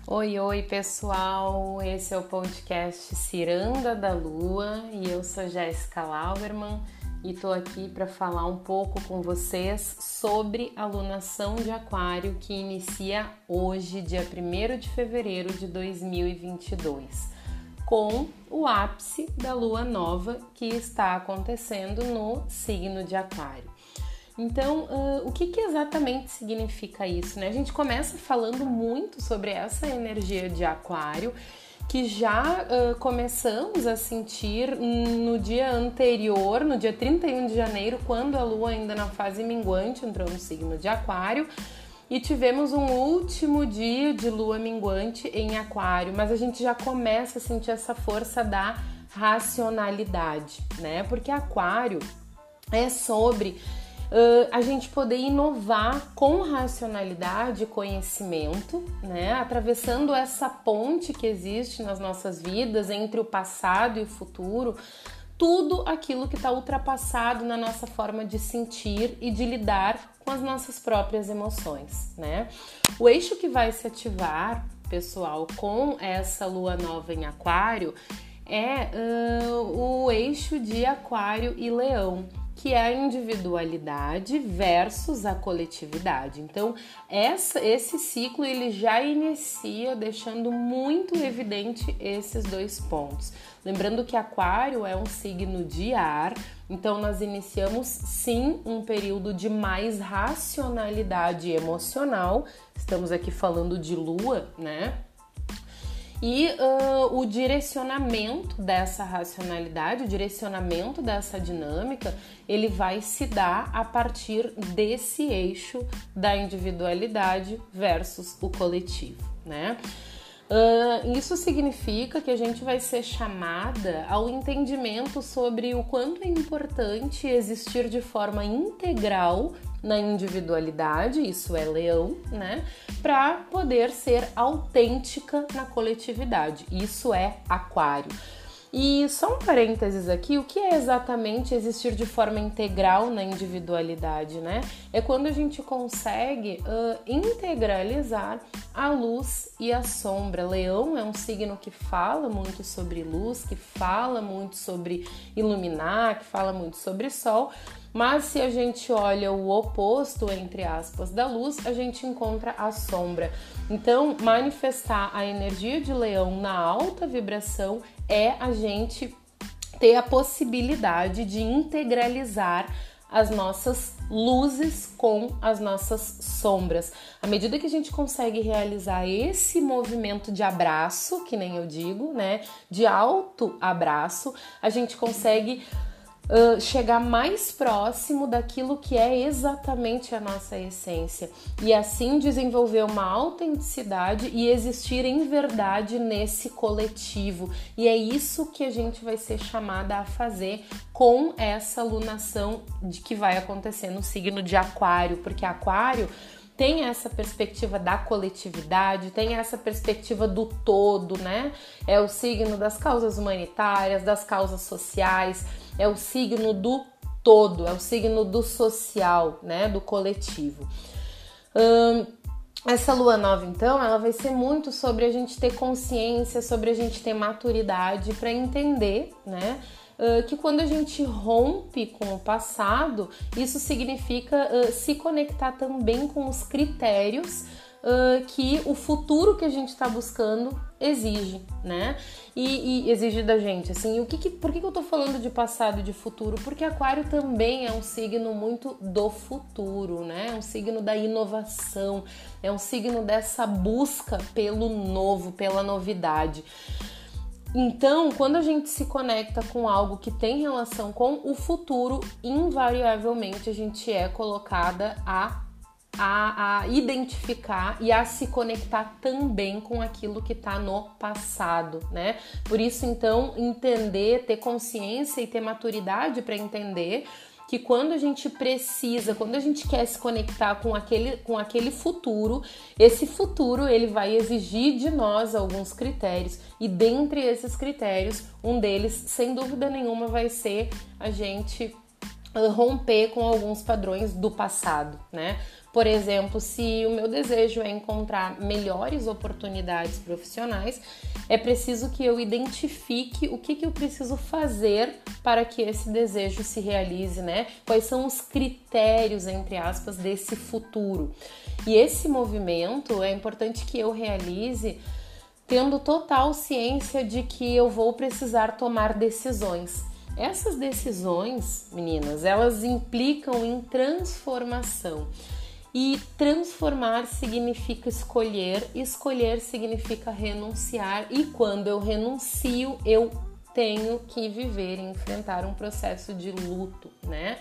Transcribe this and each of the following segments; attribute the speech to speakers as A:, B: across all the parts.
A: Oi, oi pessoal, esse é o podcast Ciranda da Lua e eu sou Jéssica Lauerman e tô aqui para falar um pouco com vocês sobre a lunação de Aquário que inicia hoje, dia 1º de fevereiro de 2022, com o ápice da Lua Nova que está acontecendo no signo de Aquário. Então, o que exatamente significa isso, né? A gente começa falando muito sobre essa energia de Aquário, que já começamos a sentir no dia anterior, no dia 31 de janeiro, quando a Lua ainda na fase minguante entrou no signo de Aquário, e tivemos um último dia de Lua minguante em Aquário, mas a gente já começa a sentir essa força da racionalidade, né? Porque Aquário é sobre a gente poder inovar com racionalidade e conhecimento, né? Atravessando essa ponte que existe nas nossas vidas entre o passado e o futuro, tudo aquilo que está ultrapassado na nossa forma de sentir e de lidar com as nossas próprias emoções, né? O eixo que vai se ativar, pessoal, com essa lua nova em Aquário é o eixo de Aquário e Leão, que é a individualidade versus a coletividade. Então, esse ciclo ele já inicia deixando muito evidente esses dois pontos. Lembrando que Aquário é um signo de ar, então nós iniciamos sim um período de mais racionalidade emocional. Estamos aqui falando de Lua, né? E o direcionamento dessa racionalidade, o direcionamento dessa dinâmica, ele vai se dar a partir desse eixo da individualidade versus o coletivo, né? Isso significa que a gente vai ser chamada ao entendimento sobre o quanto é importante existir de forma integral na individualidade, isso é Leão, né? Para poder ser autêntica na coletividade, isso é Aquário. E só um parênteses aqui, o que é exatamente existir de forma integral na individualidade, né? É quando a gente consegue integralizar a luz e a sombra. Leão é um signo que fala muito sobre luz, que fala muito sobre iluminar, que fala muito sobre sol, mas se a gente olha o oposto, entre aspas, da luz, a gente encontra a sombra. Então, manifestar a energia de Leão na alta vibração é a gente ter a possibilidade de integralizar as nossas luzes com as nossas sombras. À medida que a gente consegue realizar esse movimento de abraço, que nem eu digo, né, de auto abraço, a gente consegue chegar mais próximo daquilo que é exatamente a nossa essência e assim desenvolver uma autenticidade e existir em verdade nesse coletivo. E é isso que a gente vai ser chamada a fazer com essa lunação que vai acontecer no signo de Aquário, porque Aquário tem essa perspectiva da coletividade, tem essa perspectiva do todo, né? É o signo das causas humanitárias, das causas sociais, é o signo do todo, é o signo do social, né? Do coletivo. Essa lua nova, então, ela vai ser muito sobre a gente ter consciência, sobre a gente ter maturidade para entender, né? Que quando a gente rompe com o passado, isso significa se conectar também com os critérios que o futuro que a gente está buscando exige, né? E exige da gente, assim, por que eu tô falando de passado e de futuro? Porque Aquário também é um signo muito do futuro, né? É um signo da inovação, é um signo dessa busca pelo novo, pela novidade. Então, quando a gente se conecta com algo que tem relação com o futuro, invariavelmente a gente é colocada a identificar e a se conectar também com aquilo que está no passado, né? Por isso, então, entender, ter consciência e ter maturidade para entender que quando a gente precisa, quando a gente quer se conectar com aquele futuro, esse futuro ele vai exigir de nós alguns critérios e dentre esses critérios, um deles, sem dúvida nenhuma, vai ser a gente romper com alguns padrões do passado, né? Por exemplo, se o meu desejo é encontrar melhores oportunidades profissionais, é preciso que eu identifique o que eu preciso fazer para que esse desejo se realize, né? Quais são os critérios, entre aspas, desse futuro. E esse movimento é importante que eu realize tendo total ciência de que eu vou precisar tomar decisões. Essas decisões, meninas, elas implicam em transformação. E transformar significa escolher, escolher significa renunciar. E quando eu renuncio, eu tenho que viver e enfrentar um processo de luto, né?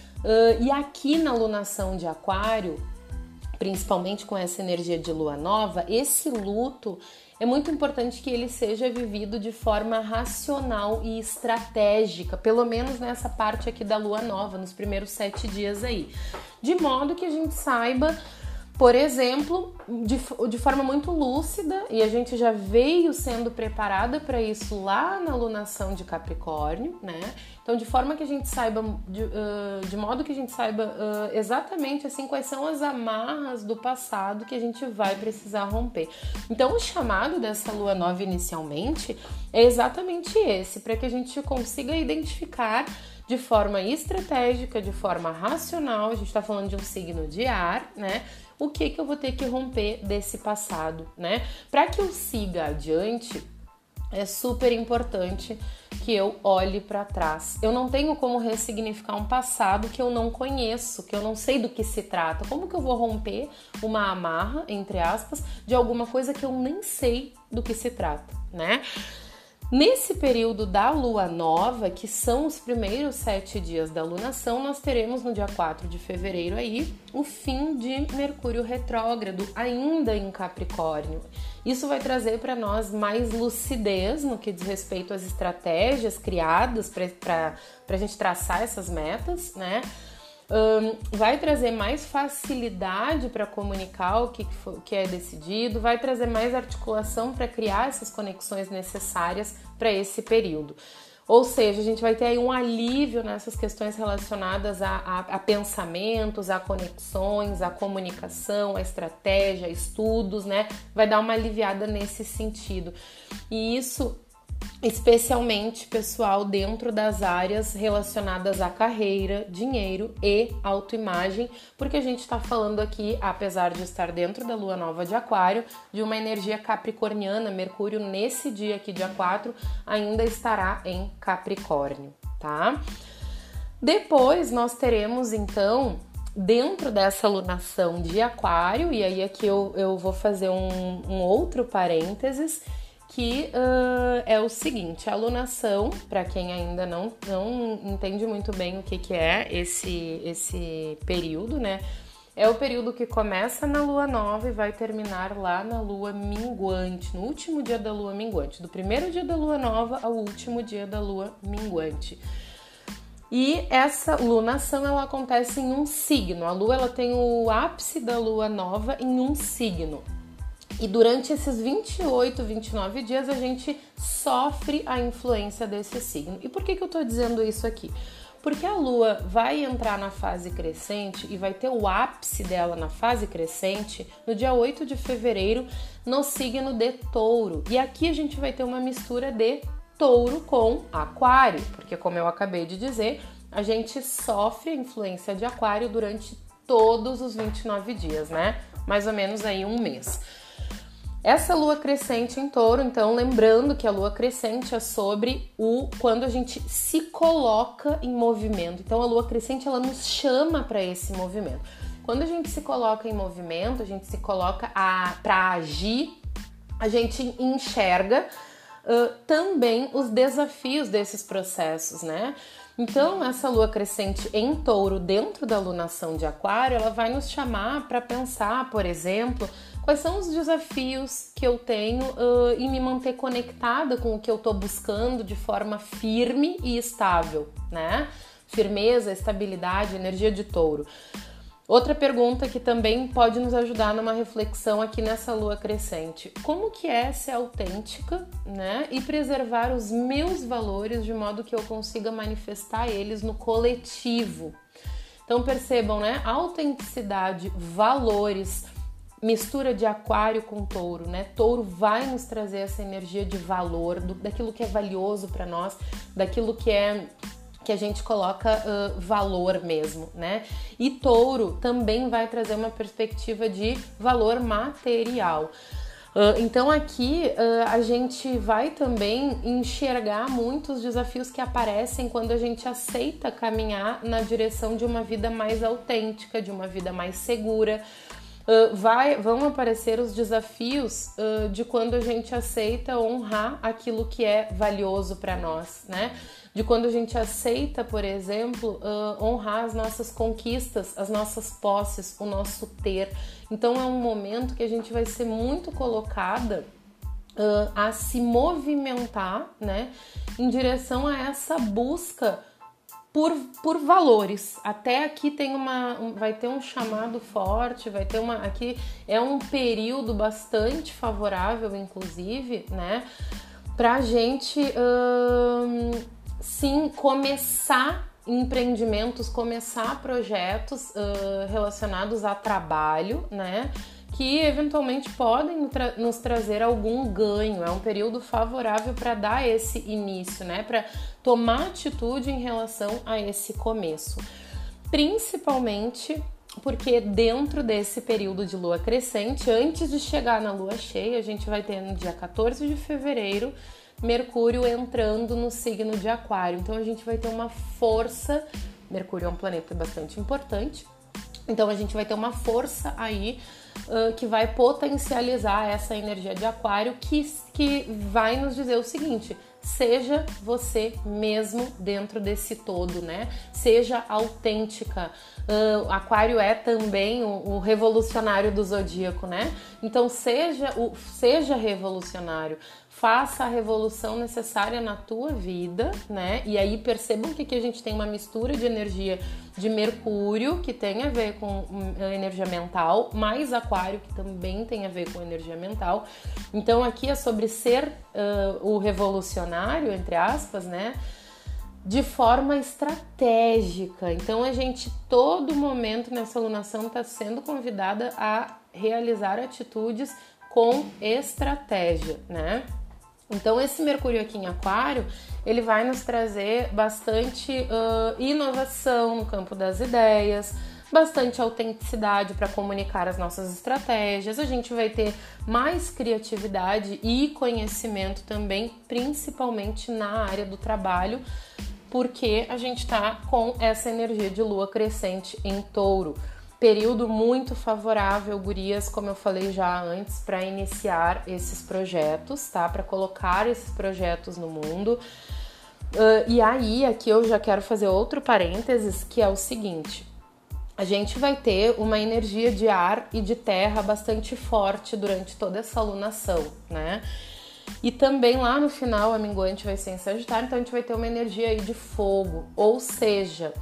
A: E aqui na alunação de Aquário, principalmente com essa energia de lua nova, esse luto é muito importante que ele seja vivido de forma racional e estratégica, pelo menos nessa parte aqui da lua nova, nos primeiros 7 dias aí. De modo que a gente saiba, por exemplo, de forma muito lúcida, e a gente já veio sendo preparada para isso lá na alunação de Capricórnio, né? Então, de forma que a gente saiba, de modo que a gente saiba exatamente assim quais são as amarras do passado que a gente vai precisar romper. Então, o chamado dessa lua nova inicialmente é exatamente esse, para que a gente consiga identificar de forma estratégica, de forma racional, a gente está falando de um signo de ar, né? O que eu vou ter que romper desse passado, né? Para que eu siga adiante, é super importante que eu olhe para trás. Eu não tenho como ressignificar um passado que eu não conheço, que eu não sei do que se trata. Como que eu vou romper uma amarra, entre aspas, de alguma coisa que eu nem sei do que se trata, né? Nesse período da lua nova, que são os primeiros 7 dias da lunação, nós teremos no dia 4 de fevereiro aí o fim de Mercúrio retrógrado, ainda em Capricórnio. Isso vai trazer para nós mais lucidez no que diz respeito às estratégias criadas para a gente traçar essas metas, né? Vai trazer mais facilidade para comunicar o que é decidido, vai trazer mais articulação para criar essas conexões necessárias para esse período. Ou seja, a gente vai ter aí um alívio nessas questões relacionadas a pensamentos, a conexões, a comunicação, a estratégia, a estudos, né? Vai dar uma aliviada nesse sentido. E isso especialmente, pessoal, dentro das áreas relacionadas à carreira, dinheiro e autoimagem, porque a gente está falando aqui, apesar de estar dentro da lua nova de Aquário, de uma energia capricorniana. Mercúrio, nesse dia aqui, dia 4, ainda estará em Capricórnio, tá? Depois nós teremos, então, dentro dessa lunação de Aquário, e aí aqui eu vou fazer um outro parênteses, que é o seguinte: a alunação, para quem ainda não entende muito bem o que é esse período, né? É o período que começa na lua nova e vai terminar lá na lua minguante, no último dia da lua minguante, do primeiro dia da lua nova ao último dia da lua minguante. E essa lunação, ela acontece em um signo. A lua, ela tem o ápice da lua nova em um signo. E durante esses 28, 29 dias a gente sofre a influência desse signo. E por que eu tô dizendo isso aqui? Porque a lua vai entrar na fase crescente e vai ter o ápice dela na fase crescente no dia 8 de fevereiro no signo de Touro. E aqui a gente vai ter uma mistura de Touro com Aquário, porque como eu acabei de dizer, a gente sofre a influência de Aquário durante todos os 29 dias, né? Mais ou menos aí um mês. Essa lua crescente em Touro, então, lembrando que a lua crescente é sobre quando a gente se coloca em movimento. Então, a lua crescente, ela nos chama para esse movimento. Quando a gente se coloca em movimento, a gente se coloca para agir, a gente enxerga também os desafios desses processos, né? Então, essa lua crescente em Touro, dentro da lunação de Aquário, ela vai nos chamar para pensar, por exemplo, quais são os desafios que eu tenho em me manter conectada com o que eu estou buscando de forma firme e estável, né? Firmeza, estabilidade, energia de Touro. Outra pergunta que também pode nos ajudar numa reflexão aqui nessa lua crescente: como que é ser autêntica, né? E preservar os meus valores de modo que eu consiga manifestar eles no coletivo. Então percebam, né? Autenticidade, valores, mistura de aquário com touro, né? Touro vai nos trazer essa energia de valor, daquilo que é valioso para nós, daquilo que a gente coloca valor mesmo, né? E touro também vai trazer uma perspectiva de valor material. Então aqui a gente vai também enxergar muitos desafios que aparecem quando a gente aceita caminhar na direção de uma vida mais autêntica, de uma vida mais segura. Vão aparecer os desafios de quando a gente aceita honrar aquilo que é valioso para nós, né? De quando a gente aceita, por exemplo, honrar as nossas conquistas, as nossas posses, o nosso ter. Então é um momento que a gente vai ser muito colocada a se movimentar, né, em direção a essa busca por valores. Até aqui vai ter um chamado forte, aqui é um período bastante favorável, inclusive, né, pra gente sim começar empreendimentos, começar projetos relacionados a trabalho, né, que eventualmente podem nos trazer algum ganho. É um período favorável para dar esse início, né? Para tomar atitude em relação a esse começo. Principalmente porque dentro desse período de lua crescente, antes de chegar na lua cheia, a gente vai ter no dia 14 de fevereiro Mercúrio entrando no signo de Aquário. Então a gente vai ter uma força. Mercúrio é um planeta bastante importante. Então a gente vai ter uma força aí que vai potencializar essa energia de Aquário, que vai nos dizer o seguinte: seja você mesmo dentro desse todo, né? Seja autêntica. Aquário é também o revolucionário do zodíaco, né? Então seja revolucionário. Faça a revolução necessária na tua vida, né? E aí percebam que aqui a gente tem uma mistura de energia de Mercúrio, que tem a ver com energia mental, mais Aquário, que também tem a ver com energia mental. Então aqui é sobre ser o revolucionário, entre aspas, né? De forma estratégica. Então a gente, todo momento nessa alunação, está sendo convidada a realizar atitudes com estratégia, né? Então esse Mercúrio aqui em Aquário, ele vai nos trazer bastante inovação no campo das ideias, bastante autenticidade para comunicar as nossas estratégias. A gente vai ter mais criatividade e conhecimento também, principalmente na área do trabalho, porque a gente está com essa energia de lua crescente em Touro. Período muito favorável, gurias, como eu falei já antes, para iniciar esses projetos, tá? Para colocar esses projetos no mundo. E aí, aqui eu já quero fazer outro parênteses, que é o seguinte: a gente vai ter uma energia de ar e de terra bastante forte durante toda essa alunação, né? E também lá no final a minguante vai ser em Sagitário, então a gente vai ter uma energia aí de fogo, ou seja,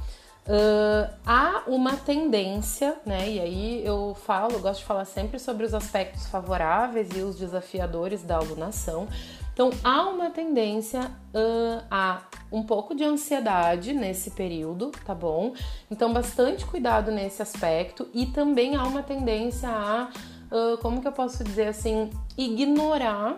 A: há uma tendência, né? E aí eu gosto de falar sempre sobre os aspectos favoráveis e os desafiadores da alunação. Então há uma tendência a um pouco de ansiedade nesse período, tá bom? Então bastante cuidado nesse aspecto. E também há uma tendência a, como que eu posso dizer assim, ignorar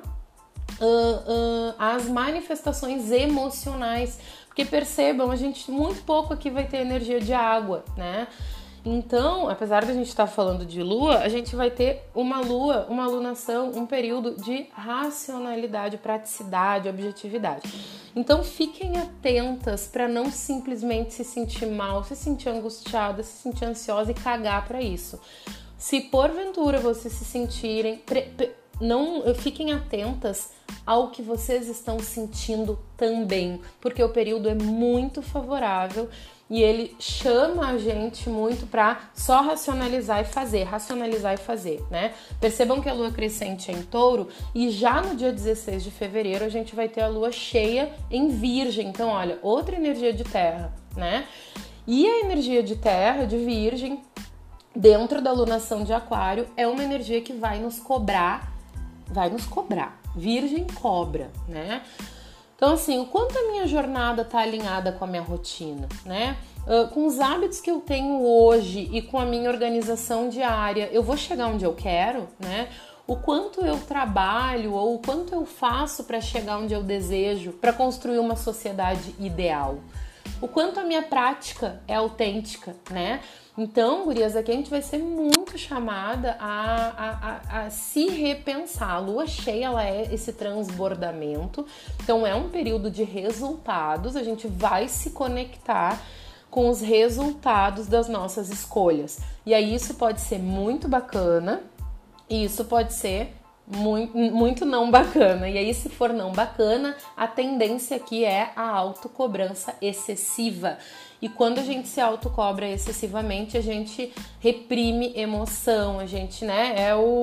A: as manifestações emocionais. Porque percebam, a gente muito pouco aqui vai ter energia de água, né? Então, apesar de a gente estar falando de lua, a gente vai ter uma alunação, um período de racionalidade, praticidade, objetividade. Então, fiquem atentas para não simplesmente se sentir mal, se sentir angustiada, se sentir ansiosa e cagar para isso. Se porventura vocês se sentirem... Não fiquem atentas ao que vocês estão sentindo também, porque o período é muito favorável e ele chama a gente muito para só racionalizar e fazer, né? Percebam que a lua crescente é em Touro e já no dia 16 de fevereiro a gente vai ter a lua cheia em Virgem. Então, olha, outra energia de terra, né? E a energia de terra, de Virgem, dentro da alunação de Aquário, é uma energia que vai nos cobrar. Virgem cobra, né? Então, assim, o quanto a minha jornada está alinhada com a minha rotina, né? Com os hábitos que eu tenho hoje e com a minha organização diária, eu vou chegar onde eu quero, né? O quanto eu trabalho ou o quanto eu faço para chegar onde eu desejo, para construir uma sociedade ideal. O quanto a minha prática é autêntica, né? Então, gurias, aqui a gente vai ser muito chamada a se repensar. A lua cheia, ela é esse transbordamento. Então, é um período de resultados. A gente vai se conectar com os resultados das nossas escolhas. E aí, isso pode ser muito bacana e isso pode ser muito não bacana. E aí, se for não bacana, a tendência aqui é a autocobrança excessiva. E quando a gente se autocobra excessivamente, a gente reprime emoção, a gente, né,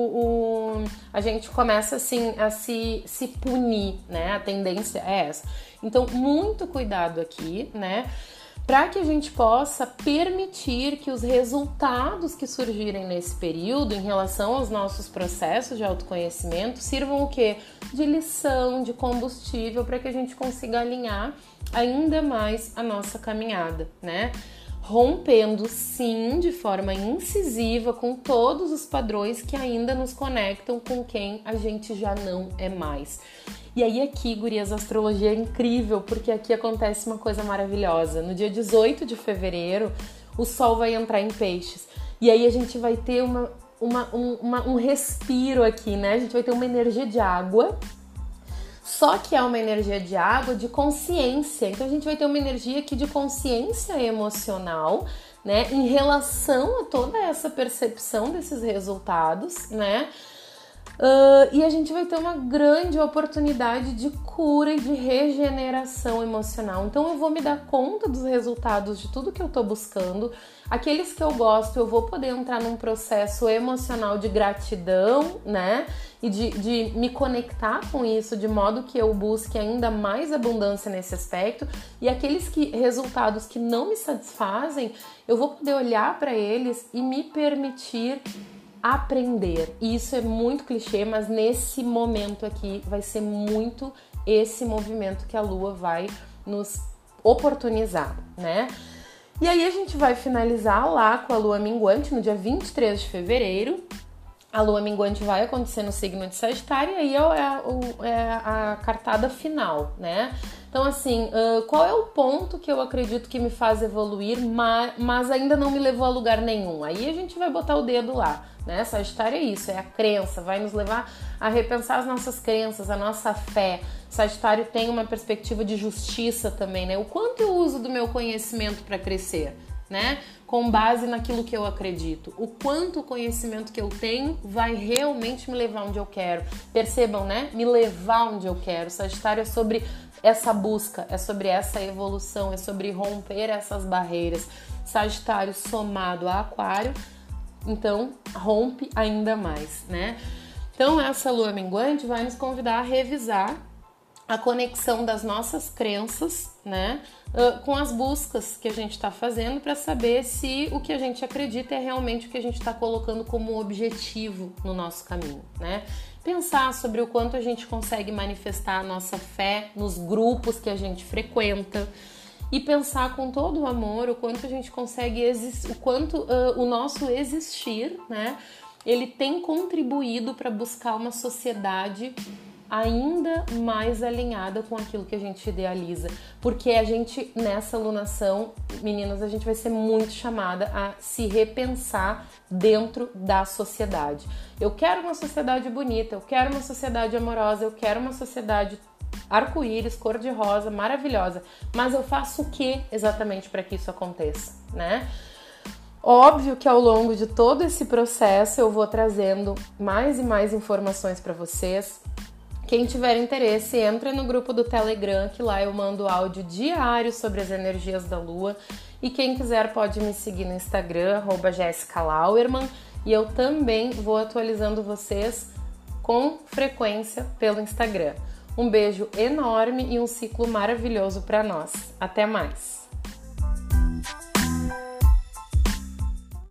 A: a gente começa assim a se punir, né? A tendência é essa. Então, muito cuidado aqui, né? Para que a gente possa permitir que os resultados que surgirem nesse período em relação aos nossos processos de autoconhecimento sirvam o quê? De lição, de combustível, para que a gente consiga alinhar ainda mais a nossa caminhada, né? Rompendo, sim, de forma incisiva com todos os padrões que ainda nos conectam com quem a gente já não é mais. E aí aqui, gurias, a astrologia é incrível, porque aqui acontece uma coisa maravilhosa. No dia 18 de fevereiro, o Sol vai entrar em Peixes. E aí a gente vai ter um respiro aqui, né? A gente vai ter uma energia de água, só que é uma energia de água de consciência. Então a gente vai ter uma energia aqui de consciência emocional, né? Em relação a toda essa percepção desses resultados, né? E a gente vai ter uma grande oportunidade de cura e de regeneração emocional. Então eu vou me dar conta dos resultados de tudo que eu tô buscando. Aqueles que eu gosto, eu vou poder entrar num processo emocional de gratidão, né? E de me conectar com isso, de modo que eu busque ainda mais abundância nesse aspecto. E aqueles resultados que não me satisfazem, eu vou poder olhar para eles e me permitir aprender. E isso é muito clichê, mas nesse momento aqui vai ser muito esse movimento que a Lua vai nos oportunizar, né? E aí a gente vai finalizar lá com a Lua minguante no dia 23 de fevereiro. A Lua minguante vai acontecer no signo de Sagitário e aí é a cartada final, né? Então, assim, qual é o ponto que eu acredito que me faz evoluir, mas ainda não me levou a lugar nenhum? Aí a gente vai botar o dedo lá, né? Sagitário é isso, é a crença, vai nos levar a repensar as nossas crenças, a nossa fé. Sagitário tem uma perspectiva de justiça também, né? O quanto eu uso do meu conhecimento para crescer, né? Com base naquilo que eu acredito. O quanto o conhecimento que eu tenho vai realmente me levar onde eu quero. Percebam, né? Me levar onde eu quero. Sagitário é sobre essa busca, é sobre essa evolução, é sobre romper essas barreiras. Sagitário somado a Aquário, então rompe ainda mais, né? Então essa lua minguante vai nos convidar a revisar a conexão das nossas crenças, né, com as buscas que a gente está fazendo para saber se o que a gente acredita é realmente o que a gente está colocando como objetivo no nosso caminho, né? Pensar sobre o quanto a gente consegue manifestar a nossa fé nos grupos que a gente frequenta e pensar com todo o amor o quanto a gente consegue o quanto o nosso existir, né, ele tem contribuído para buscar uma sociedade ainda mais alinhada com aquilo que a gente idealiza, porque a gente, nessa alunação, meninas, a gente vai ser muito chamada a se repensar dentro da sociedade. Eu quero uma sociedade bonita, eu quero uma sociedade amorosa, eu quero uma sociedade arco-íris, cor-de-rosa, maravilhosa, mas eu faço o que exatamente para que isso aconteça, né? Óbvio que ao longo de todo esse processo eu vou trazendo mais e mais informações para vocês. Quem tiver interesse, entra no grupo do Telegram, que lá eu mando áudio diário sobre as energias da Lua. E quem quiser pode me seguir no Instagram, @JessicaLauerman. E eu também vou atualizando vocês com frequência pelo Instagram. Um beijo enorme e um ciclo maravilhoso para nós. Até mais!